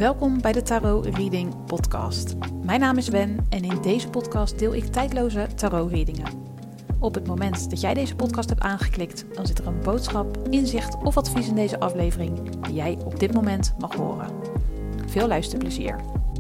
Welkom bij de Tarot Reading Podcast. Mijn naam is Wen en in deze podcast deel ik tijdloze tarot readingen. Op het moment dat jij deze podcast hebt aangeklikt, dan zit er een boodschap, inzicht of advies in deze aflevering die jij op dit moment mag horen. Veel luisterplezier.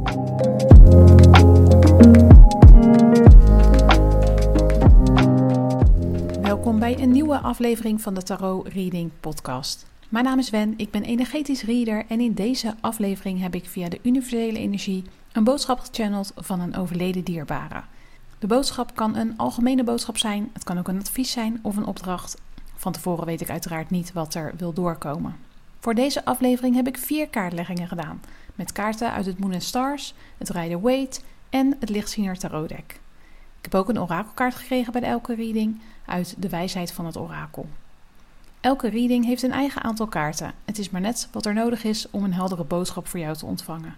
Welkom bij een nieuwe aflevering van de Tarot Reading Podcast. Mijn naam is Wen, ik ben energetisch reader en in deze aflevering heb ik via de universele energie een boodschap gechanneld van een overleden dierbare. De boodschap kan een algemene boodschap zijn, het kan ook een advies zijn of een opdracht. Van tevoren weet ik uiteraard niet wat er wil doorkomen. Voor deze aflevering heb ik 4 kaartleggingen gedaan, met kaarten uit het Moon & Stars, het Rider-Waite en het Lichtziener Tarot Deck. Ik heb ook een orakelkaart gekregen bij elke reading uit de wijsheid van het orakel. Elke reading heeft een eigen aantal kaarten. Het is maar net wat er nodig is om een heldere boodschap voor jou te ontvangen.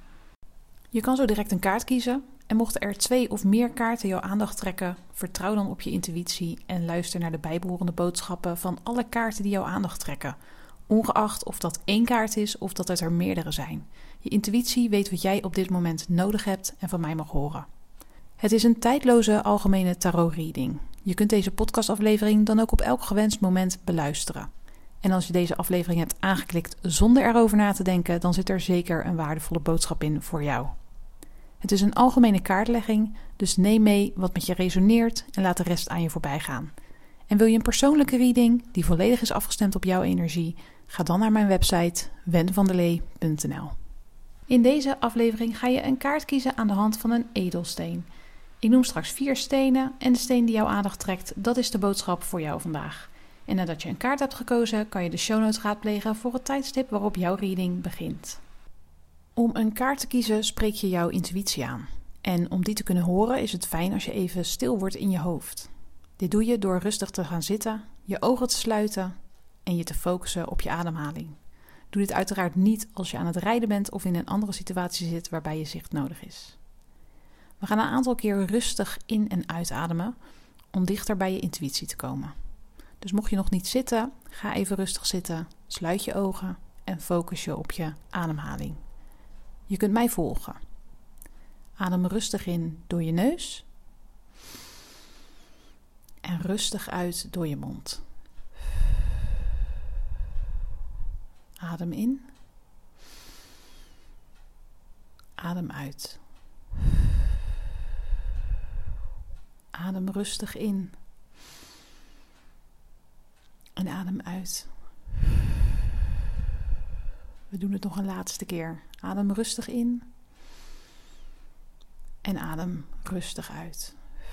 Je kan zo direct een kaart kiezen en mochten er 2 of meer kaarten jouw aandacht trekken, vertrouw dan op je intuïtie en luister naar de bijbehorende boodschappen van alle kaarten die jouw aandacht trekken. Ongeacht of dat 1 kaart is of dat het er meerdere zijn. Je intuïtie weet wat jij op dit moment nodig hebt en van mij mag horen. Het is een tijdloze algemene tarot reading. Je kunt deze podcastaflevering dan ook op elk gewenst moment beluisteren. En als je deze aflevering hebt aangeklikt zonder erover na te denken, dan zit er zeker een waardevolle boodschap in voor jou. Het is een algemene kaartlegging, dus neem mee wat met je resoneert en laat de rest aan je voorbij gaan. En wil je een persoonlijke reading die volledig is afgestemd op jouw energie, ga dan naar mijn website wenvandelee.nl. In deze aflevering ga je een kaart kiezen aan de hand van een edelsteen. Ik noem straks 4 stenen en de steen die jouw aandacht trekt, dat is de boodschap voor jou vandaag. En nadat je een kaart hebt gekozen, kan je de show notes raadplegen voor het tijdstip waarop jouw reading begint. Om een kaart te kiezen spreek je jouw intuïtie aan. En om die te kunnen horen is het fijn als je even stil wordt in je hoofd. Dit doe je door rustig te gaan zitten, je ogen te sluiten en je te focussen op je ademhaling. Doe dit uiteraard niet als je aan het rijden bent of in een andere situatie zit waarbij je zicht nodig is. We gaan een aantal keer rustig in- en uitademen om dichter bij je intuïtie te komen. Dus mocht je nog niet zitten, ga even rustig zitten, sluit je ogen en focus je op je ademhaling. Je kunt mij volgen. Adem rustig in door je neus en rustig uit door je mond. Adem in. Adem uit. Adem rustig in. En adem uit. We doen het nog een laatste keer. Adem rustig in. En adem rustig uit.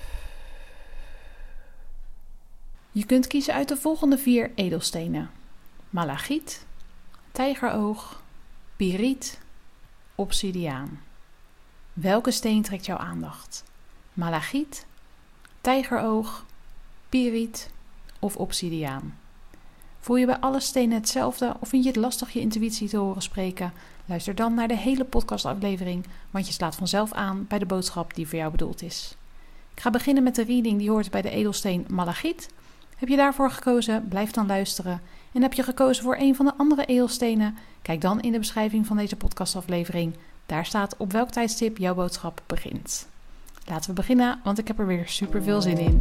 Je kunt kiezen uit de volgende 4 edelstenen. Malachiet, tijgeroog, piriet, obsidiaan. Welke steen trekt jouw aandacht? Malachiet, tijgeroog, piriet of obsidiaan? Voel je bij alle stenen hetzelfde of vind je het lastig je intuïtie te horen spreken? Luister dan naar de hele podcastaflevering, want je slaat vanzelf aan bij de boodschap die voor jou bedoeld is. Ik ga beginnen met de reading die hoort bij de edelsteen malachiet. Heb je daarvoor gekozen? Blijf dan luisteren. En heb je gekozen voor een van de andere edelstenen? Kijk dan in de beschrijving van deze podcastaflevering. Daar staat op welk tijdstip jouw boodschap begint. Laten we beginnen, want ik heb er weer super veel zin in.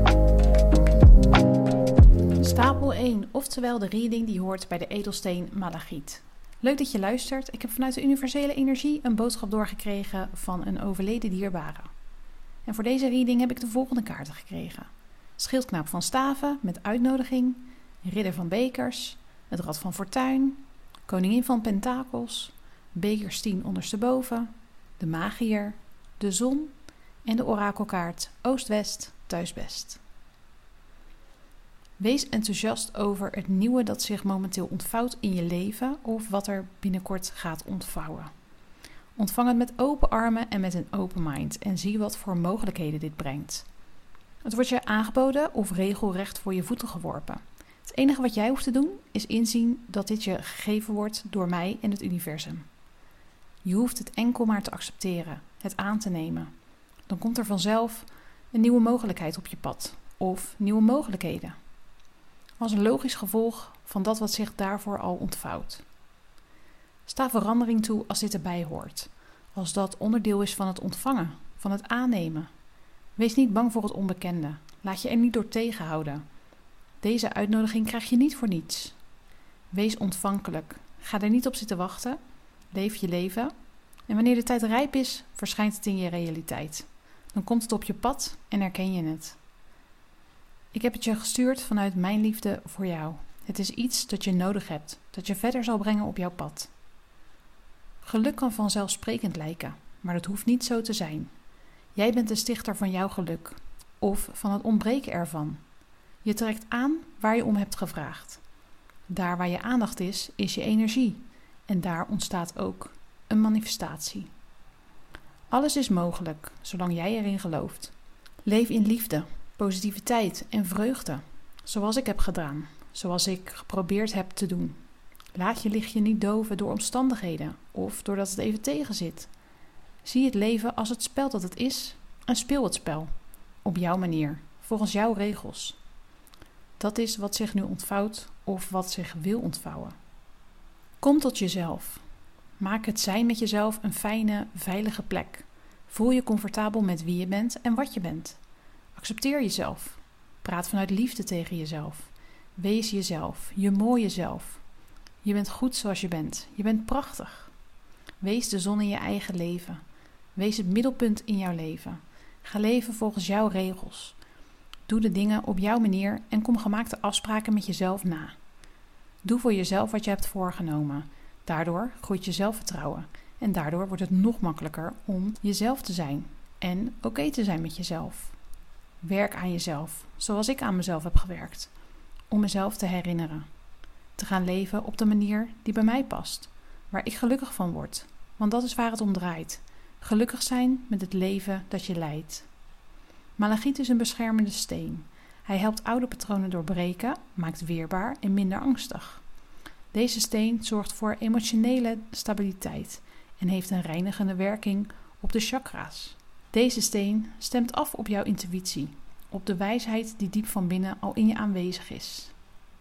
Stapel 1, oftewel de reading die hoort bij de edelsteen malachiet. Leuk dat je luistert. Ik heb vanuit de universele energie een boodschap doorgekregen van een overleden dierbare. En voor deze reading heb ik de volgende kaarten gekregen. Schildknaap van staven met uitnodiging, ridder van bekers, het rad van fortuin, koningin van pentakels, bekers 10 ondersteboven, de magiër, de zon en de orakelkaart oost-west, thuis-best. Wees enthousiast over het nieuwe dat zich momenteel ontvouwt in je leven of wat er binnenkort gaat ontvouwen. Ontvang het met open armen en met een open mind en zie wat voor mogelijkheden dit brengt. Het wordt je aangeboden of regelrecht voor je voeten geworpen. Het enige wat jij hoeft te doen is inzien dat dit je gegeven wordt door mij en het universum. Je hoeft het enkel maar te accepteren, het aan te nemen. Dan komt er vanzelf een nieuwe mogelijkheid op je pad of nieuwe mogelijkheden. Als een logisch gevolg van dat wat zich daarvoor al ontvouwt. Sta verandering toe als dit erbij hoort. Als dat onderdeel is van het ontvangen, van het aannemen. Wees niet bang voor het onbekende. Laat je er niet door tegenhouden. Deze uitnodiging krijg je niet voor niets. Wees ontvankelijk. Ga er niet op zitten wachten. Leef je leven. En wanneer de tijd rijp is, verschijnt het in je realiteit. Dan komt het op je pad en herken je het. Ik heb het je gestuurd vanuit mijn liefde voor jou. Het is iets dat je nodig hebt, dat je verder zal brengen op jouw pad. Geluk kan vanzelfsprekend lijken, maar dat hoeft niet zo te zijn. Jij bent de stichter van jouw geluk, of van het ontbreken ervan. Je trekt aan waar je om hebt gevraagd. Daar waar je aandacht is je energie. En daar ontstaat ook een manifestatie. Alles is mogelijk, zolang jij erin gelooft. Leef in liefde, positiviteit en vreugde, zoals ik heb gedaan, zoals ik geprobeerd heb te doen. Laat je lichtje niet doven door omstandigheden of doordat het even tegenzit. Zie het leven als het spel dat het is en speel het spel. Op jouw manier, volgens jouw regels. Dat is wat zich nu ontvouwt of wat zich wil ontvouwen. Kom tot jezelf. Maak het zijn met jezelf een fijne, veilige plek. Voel je comfortabel met wie je bent en wat je bent. Accepteer jezelf. Praat vanuit liefde tegen jezelf. Wees jezelf, je mooie zelf. Je bent goed zoals je bent. Je bent prachtig. Wees de zon in je eigen leven. Wees het middelpunt in jouw leven. Ga leven volgens jouw regels. Doe de dingen op jouw manier en kom gemaakte afspraken met jezelf na. Doe voor jezelf wat je hebt voorgenomen. Daardoor groeit je zelfvertrouwen. En daardoor wordt het nog makkelijker om jezelf te zijn. En oké te zijn met jezelf. Werk aan jezelf, zoals ik aan mezelf heb gewerkt. Om mezelf te herinneren. Te gaan leven op de manier die bij mij past. Waar ik gelukkig van word. Want dat is waar het om draait. Gelukkig zijn met het leven dat je leidt. Malachiet is een beschermende steen. Hij helpt oude patronen doorbreken, maakt weerbaar en minder angstig. Deze steen zorgt voor emotionele stabiliteit en heeft een reinigende werking op de chakra's. Deze steen stemt af op jouw intuïtie, op de wijsheid die diep van binnen al in je aanwezig is.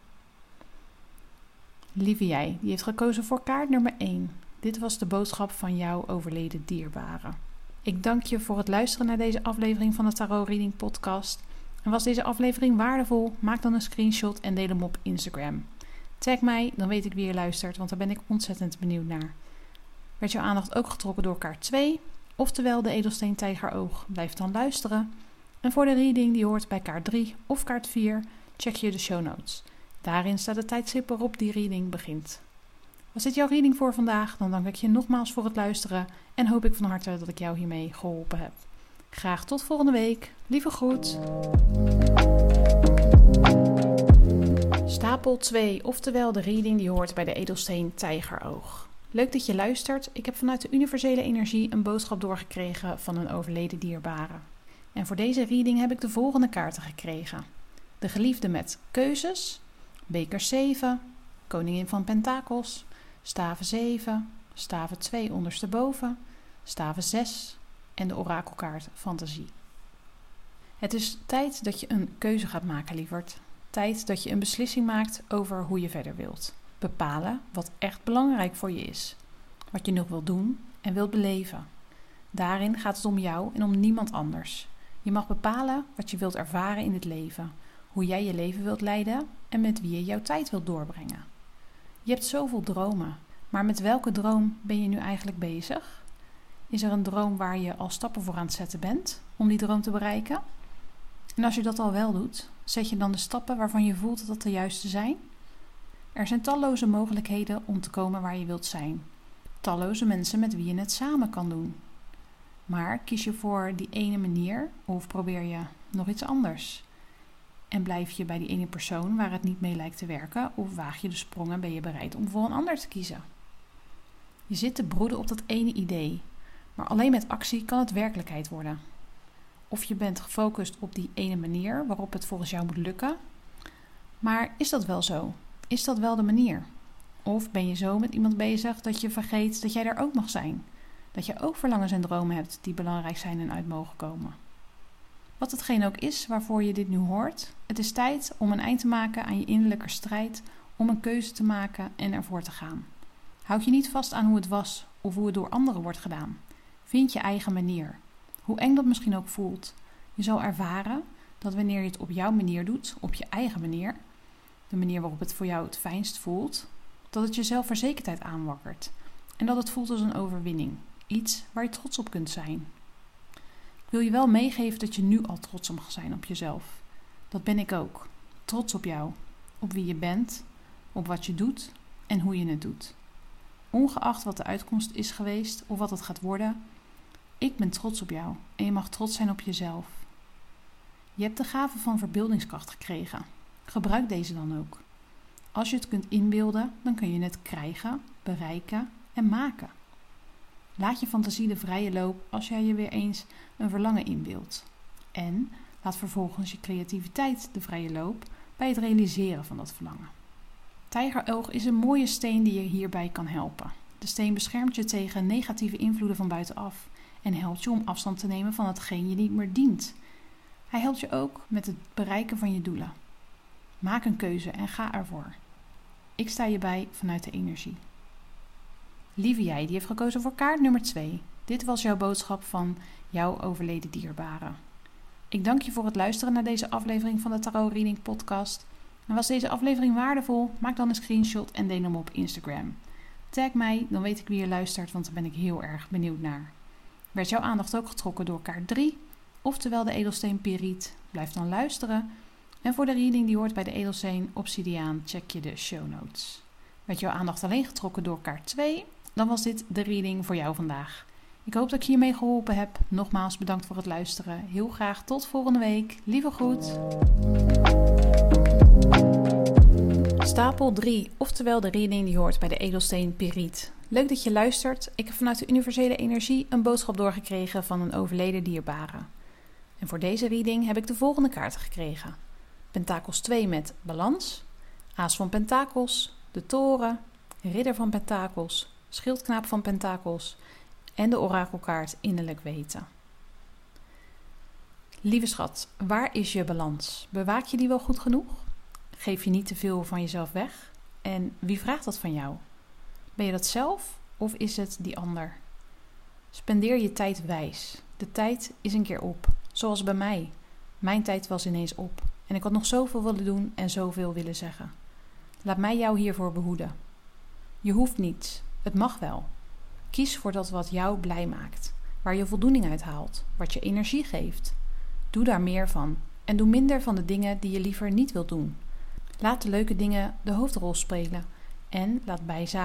Lieve jij, die heeft gekozen voor kaart nummer 1. Dit was de boodschap van jouw overleden dierbare. Ik dank je voor het luisteren naar deze aflevering van de Tarot Reading Podcast. En was deze aflevering waardevol? Maak dan een screenshot en deel hem op Instagram. Tag mij, dan weet ik wie je luistert, want daar ben ik ontzettend benieuwd naar. Werd jouw aandacht ook getrokken door kaart 2, oftewel de edelsteen tijgeroog? Blijf dan luisteren. En voor de reading die hoort bij kaart 3 of kaart 4, check je de show notes. Daarin staat het tijdstip waarop die reading begint. Was dit jouw reading voor vandaag? Dan dank ik je nogmaals voor het luisteren en hoop ik van harte dat ik jou hiermee geholpen heb. Graag tot volgende week. Lieve groet. Stapel 2, oftewel de reading die hoort bij de edelsteen tijgeroog. Leuk dat je luistert. Ik heb vanuit de universele energie een boodschap doorgekregen van een overleden dierbare. En voor deze reading heb ik de volgende kaarten gekregen. De geliefde met keuzes, beker 7, koningin van pentakels, staven 7, staven 2 ondersteboven, staven 6 en de orakelkaart fantasie. Het is tijd dat je een keuze gaat maken, lieverd. Tijd dat je een beslissing maakt over hoe je verder wilt. Bepalen wat echt belangrijk voor je is. Wat je nog wilt doen en wilt beleven. Daarin gaat het om jou en om niemand anders. Je mag bepalen wat je wilt ervaren in het leven. Hoe jij je leven wilt leiden en met wie je jouw tijd wilt doorbrengen. Je hebt zoveel dromen, maar met welke droom ben je nu eigenlijk bezig? Is er een droom waar je al stappen voor aan het zetten bent om die droom te bereiken? En als je dat al wel doet, zet je dan de stappen waarvan je voelt dat dat de juiste zijn? Er zijn talloze mogelijkheden om te komen waar je wilt zijn. Talloze mensen met wie je het samen kan doen. Maar kies je voor die ene manier of probeer je nog iets anders? En blijf je bij die ene persoon waar het niet mee lijkt te werken of waag je de sprong en ben je bereid om voor een ander te kiezen? Je zit te broeden op dat ene idee, maar alleen met actie kan het werkelijkheid worden. Of je bent gefocust op die ene manier waarop het volgens jou moet lukken. Maar is dat wel zo? Is dat wel de manier? Of ben je zo met iemand bezig dat je vergeet dat jij er ook mag zijn? Dat je ook verlangens en dromen hebt die belangrijk zijn en uit mogen komen? Wat hetgeen ook is waarvoor je dit nu hoort, het is tijd om een eind te maken aan je innerlijke strijd, om een keuze te maken en ervoor te gaan. Houd je niet vast aan hoe het was of hoe het door anderen wordt gedaan. Vind je eigen manier. Hoe eng dat misschien ook voelt. Je zal ervaren dat wanneer je het op jouw manier doet, op je eigen manier, de manier waarop het voor jou het fijnst voelt, dat het je zelfverzekerdheid aanwakkert. En dat het voelt als een overwinning. Iets waar je trots op kunt zijn. Ik wil je wel meegeven dat je nu al trots mag zijn op jezelf. Dat ben ik ook. Trots op jou. Op wie je bent, op wat je doet en hoe je het doet. Ongeacht wat de uitkomst is geweest of wat het gaat worden, ik ben trots op jou en je mag trots zijn op jezelf. Je hebt de gave van verbeeldingskracht gekregen. Gebruik deze dan ook. Als je het kunt inbeelden, dan kun je het krijgen, bereiken en maken. Laat je fantasie de vrije loop als jij je weer eens een verlangen inbeeldt. En laat vervolgens je creativiteit de vrije loop bij het realiseren van dat verlangen. Tijgeroog is een mooie steen die je hierbij kan helpen. De steen beschermt je tegen negatieve invloeden van buitenaf en helpt je om afstand te nemen van hetgeen je niet meer dient. Hij helpt je ook met het bereiken van je doelen. Maak een keuze en ga ervoor. Ik sta je bij vanuit de energie. Lieve jij, die heeft gekozen voor kaart nummer 2. Dit was jouw boodschap van jouw overleden dierbare. Ik dank je voor het luisteren naar deze aflevering van de Tarot Reading Podcast. En was deze aflevering waardevol? Maak dan een screenshot en deel hem op Instagram. Tag mij, dan weet ik wie je luistert, want daar ben ik heel erg benieuwd naar. Werd jouw aandacht ook getrokken door kaart 3, oftewel de edelsteen Piriet? Blijf dan luisteren. En voor de reading die hoort bij de edelsteen Obsidiaan, check je de show notes. Werd jouw aandacht alleen getrokken door kaart 2? Dan was dit de reading voor jou vandaag. Ik hoop dat ik je hiermee geholpen heb. Nogmaals bedankt voor het luisteren. Heel graag tot volgende week. Lieve groet. Stapel 3, oftewel de reading die hoort bij de edelsteen Piriet. Leuk dat je luistert. Ik heb vanuit de universele energie een boodschap doorgekregen van een overleden dierbare. En voor deze reading heb ik de volgende kaarten gekregen. Pentakels 2 met balans, Aas van Pentakels, de toren, Ridder van Pentakels, Schildknaap van Pentakels en de orakelkaart Innerlijk Weten. Lieve schat, waar is je balans? Bewaak je die wel goed genoeg? Geef je niet te veel van jezelf weg? En wie vraagt dat van jou? Ben je dat zelf of is het die ander? Spendeer je tijd wijs. De tijd is een keer op. Zoals bij mij. Mijn tijd was ineens op. En ik had nog zoveel willen doen en zoveel willen zeggen. Laat mij jou hiervoor behoeden. Je hoeft niets. Het mag wel. Kies voor dat wat jou blij maakt. Waar je voldoening uit haalt. Wat je energie geeft. Doe daar meer van. En doe minder van de dingen die je liever niet wilt doen. Laat de leuke dingen de hoofdrol spelen. En laat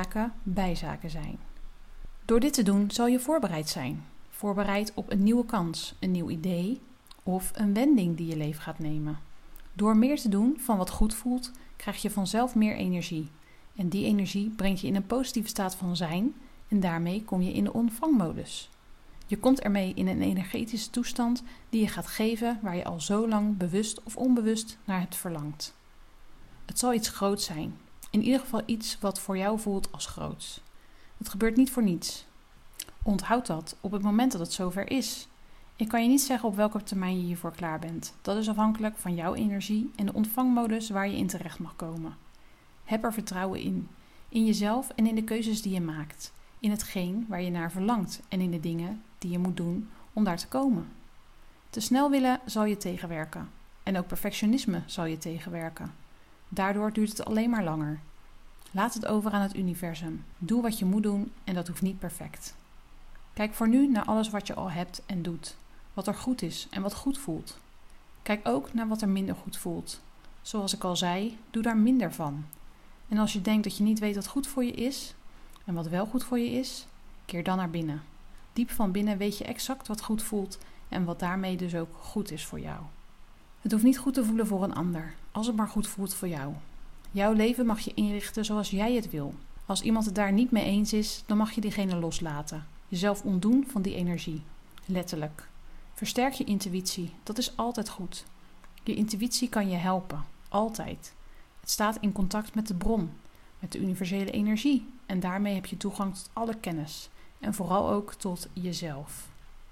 bijzaken zijn. Door dit te doen zal je voorbereid zijn. Voorbereid op een nieuwe kans, een nieuw idee of een wending die je leven gaat nemen. Door meer te doen van wat goed voelt, krijg je vanzelf meer energie. En die energie brengt je in een positieve staat van zijn en daarmee kom je in de ontvangmodus. Je komt ermee in een energetische toestand die je gaat geven waar je al zo lang bewust of onbewust naar hebt verlangd. Het zal iets groots zijn. In ieder geval iets wat voor jou voelt als groots. Het gebeurt niet voor niets. Onthoud dat op het moment dat het zover is. Ik kan je niet zeggen op welke termijn je hiervoor klaar bent. Dat is afhankelijk van jouw energie en de ontvangmodus waar je in terecht mag komen. Heb er vertrouwen in. In jezelf en in de keuzes die je maakt. In hetgeen waar je naar verlangt en in de dingen die je moet doen om daar te komen. Te snel willen zal je tegenwerken. En ook perfectionisme zal je tegenwerken. Daardoor duurt het alleen maar langer. Laat het over aan het universum. Doe wat je moet doen en dat hoeft niet perfect. Kijk voor nu naar alles wat je al hebt en doet. Wat er goed is en wat goed voelt. Kijk ook naar wat er minder goed voelt. Zoals ik al zei, doe daar minder van. En als je denkt dat je niet weet wat goed voor je is en wat wel goed voor je is, keer dan naar binnen. Diep van binnen weet je exact wat goed voelt en wat daarmee dus ook goed is voor jou. Het hoeft niet goed te voelen voor een ander, als het maar goed voelt voor jou. Jouw leven mag je inrichten zoals jij het wil. Als iemand het daar niet mee eens is, dan mag je diegene loslaten. Jezelf ontdoen van die energie. Letterlijk. Versterk je intuïtie, dat is altijd goed. Je intuïtie kan je helpen, altijd. Het staat in contact met de bron, met de universele energie. En daarmee heb je toegang tot alle kennis. En vooral ook tot jezelf.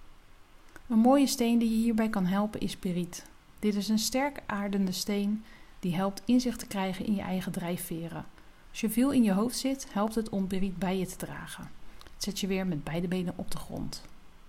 Een mooie steen die je hierbij kan helpen is Piriet. Dit is een sterk aardende steen die helpt inzicht te krijgen in je eigen drijfveren. Als je veel in je hoofd zit, helpt het om beriet bij je te dragen. Het zet je weer met beide benen op de grond.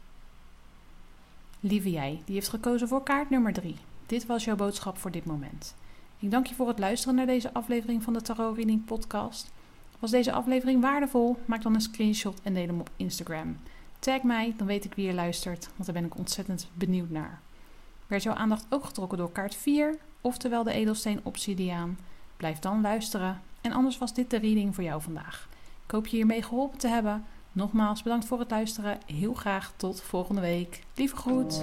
Lieve jij, die heeft gekozen voor kaart nummer 3. Dit was jouw boodschap voor dit moment. Ik dank je voor het luisteren naar deze aflevering van de Tarot Reading Podcast. Was deze aflevering waardevol? Maak dan een screenshot en deel hem op Instagram. Tag mij, dan weet ik wie je luistert, want daar ben ik ontzettend benieuwd naar. Werd jouw aandacht ook getrokken door kaart 4, oftewel de edelsteen obsidiaan? Blijf dan luisteren. En anders was dit de reading voor jou vandaag. Ik hoop je hiermee geholpen te hebben. Nogmaals bedankt voor het luisteren. Heel graag tot volgende week. Lieve groet.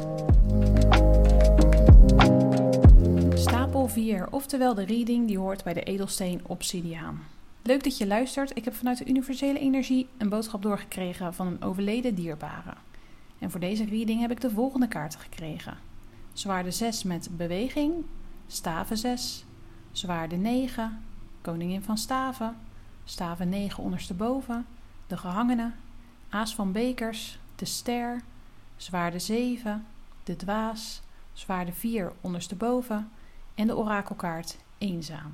Stapel 4, oftewel de reading die hoort bij de edelsteen obsidiaan. Leuk dat je luistert. Ik heb vanuit de universele energie een boodschap doorgekregen van een overleden dierbare. En voor deze reading heb ik de volgende kaarten gekregen. Zwaarde 6 met beweging, staven 6, zwaarde 9, koningin van staven, staven 9 ondersteboven, de gehangene, aas van bekers, de ster, zwaarde 7, de dwaas, zwaarde 4 ondersteboven en de orakelkaart eenzaam.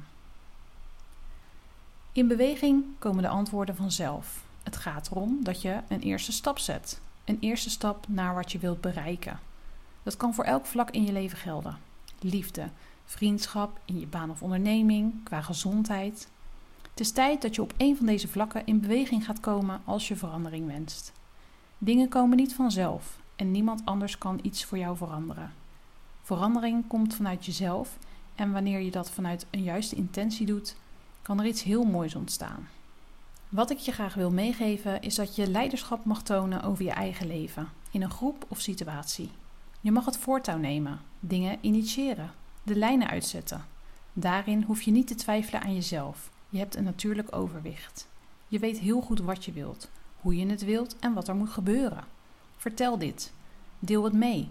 In beweging komen de antwoorden vanzelf. Het gaat erom dat je een eerste stap zet. Een eerste stap naar wat je wilt bereiken. Dat kan voor elk vlak in je leven gelden. Liefde, vriendschap, in je baan of onderneming, qua gezondheid. Het is tijd dat je op een van deze vlakken in beweging gaat komen als je verandering wenst. Dingen komen niet vanzelf en niemand anders kan iets voor jou veranderen. Verandering komt vanuit jezelf en wanneer je dat vanuit een juiste intentie doet, kan er iets heel moois ontstaan. Wat ik je graag wil meegeven is dat je leiderschap mag tonen over je eigen leven, in een groep of situatie. Je mag het voortouw nemen, dingen initiëren, de lijnen uitzetten. Daarin hoef je niet te twijfelen aan jezelf. Je hebt een natuurlijk overwicht. Je weet heel goed wat je wilt, hoe je het wilt en wat er moet gebeuren. Vertel dit. Deel het mee.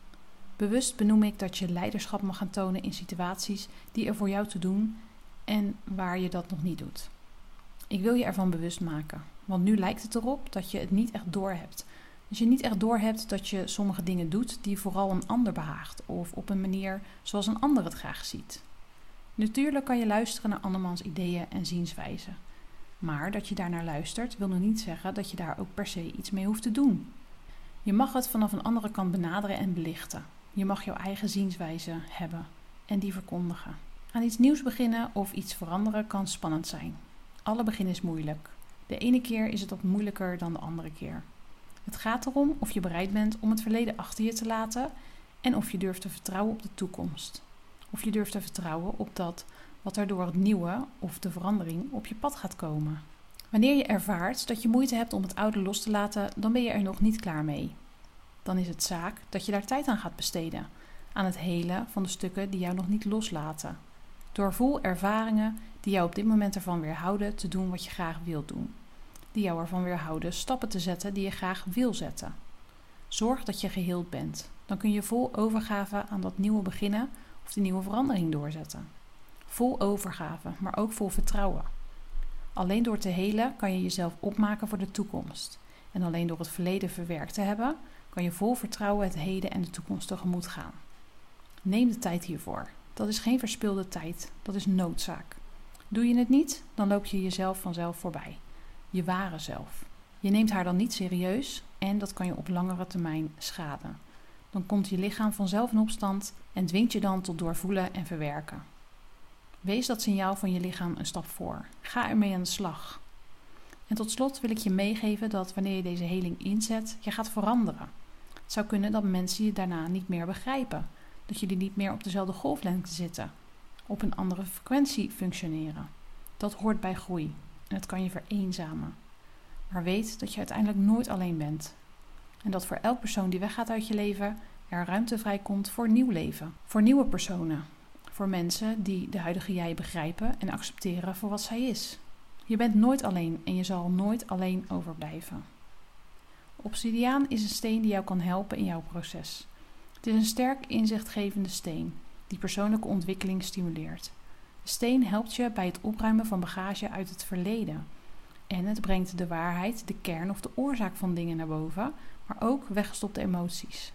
Bewust benoem ik dat je leiderschap mag gaan tonen in situaties die er voor jou te doen en waar je dat nog niet doet. Ik wil je ervan bewust maken, want nu lijkt het erop dat je het niet echt doorhebt. Dat je niet echt doorhebt dat je sommige dingen doet die vooral een ander behaagt of op een manier zoals een ander het graag ziet. Natuurlijk kan je luisteren naar andermans ideeën en zienswijzen. Maar dat je daarnaar luistert wil nog niet zeggen dat je daar ook per se iets mee hoeft te doen. Je mag het vanaf een andere kant benaderen en belichten. Je mag jouw eigen zienswijze hebben en die verkondigen. Aan iets nieuws beginnen of iets veranderen kan spannend zijn. Alle begin is moeilijk. De ene keer is het wat moeilijker dan de andere keer. Het gaat erom of je bereid bent om het verleden achter je te laten en of je durft te vertrouwen op de toekomst. Of je durft te vertrouwen op dat wat er door het nieuwe of de verandering op je pad gaat komen. Wanneer je ervaart dat je moeite hebt om het oude los te laten, dan ben je er nog niet klaar mee. Dan is het zaak dat je daar tijd aan gaat besteden. Aan het helen van de stukken die jou nog niet loslaten. Doorvoel ervaringen die jou op dit moment ervan weerhouden te doen wat je graag wilt doen. Die jou ervan weerhouden stappen te zetten die je graag wil zetten. Zorg dat je geheeld bent. Dan kun je vol overgave aan dat nieuwe beginnen of die nieuwe verandering doorzetten. Vol overgave, maar ook vol vertrouwen. Alleen door te helen kan je jezelf opmaken voor de toekomst. En alleen door het verleden verwerkt te hebben, kan je vol vertrouwen het heden en de toekomst tegemoet gaan. Neem de tijd hiervoor. Dat is geen verspilde tijd, dat is noodzaak. Doe je het niet, dan loop je jezelf vanzelf voorbij. Je ware zelf. Je neemt haar dan niet serieus en dat kan je op langere termijn schaden. Dan komt je lichaam vanzelf in opstand en dwingt je dan tot doorvoelen en verwerken. Wees dat signaal van je lichaam een stap voor. Ga ermee aan de slag. En tot slot wil ik je meegeven dat wanneer je deze heling inzet, je gaat veranderen. Het zou kunnen dat mensen je daarna niet meer begrijpen. Dat jullie niet meer op dezelfde golflengte zitten. Op een andere frequentie functioneren. Dat hoort bij groei. En het kan je vereenzamen. Maar weet dat je uiteindelijk nooit alleen bent. En dat voor elk persoon die weggaat uit je leven, er ruimte vrijkomt voor nieuw leven. Voor nieuwe personen. Voor mensen die de huidige jij begrijpen en accepteren voor wat zij is. Je bent nooit alleen en je zal nooit alleen overblijven. Obsidiaan is een steen die jou kan helpen in jouw proces. Het is een sterk inzichtgevende steen die persoonlijke ontwikkeling stimuleert. De steen helpt je bij het opruimen van bagage uit het verleden. En het brengt de waarheid, de kern of de oorzaak van dingen naar boven, maar ook weggestopte emoties.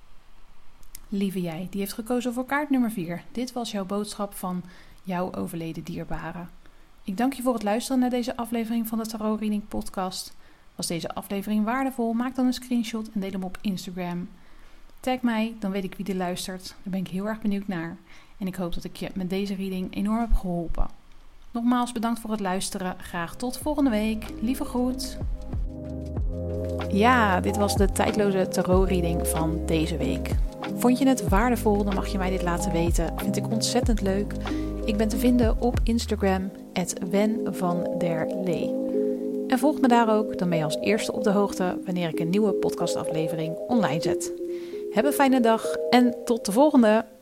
Lieve jij, die heeft gekozen voor kaart nummer 4. Dit was jouw boodschap van jouw overleden dierbare. Ik dank je voor het luisteren naar deze aflevering van de Tarot Reading Podcast. Was deze aflevering waardevol? Maak dan een screenshot en deel hem op Instagram. Tag mij, dan weet ik wie er luistert. Daar ben ik heel erg benieuwd naar. En ik hoop dat ik je met deze reading enorm heb geholpen. Nogmaals bedankt voor het luisteren. Graag tot volgende week. Lieve groet. Ja, dit was de tijdloze tarot reading van deze week. Vond je het waardevol? Dan mag je mij dit laten weten. Vind ik ontzettend leuk. Ik ben te vinden op Instagram @wenvanderlee. En volg me daar ook, dan ben je als eerste op de hoogte wanneer ik een nieuwe podcastaflevering online zet. Heb een fijne dag en tot de volgende!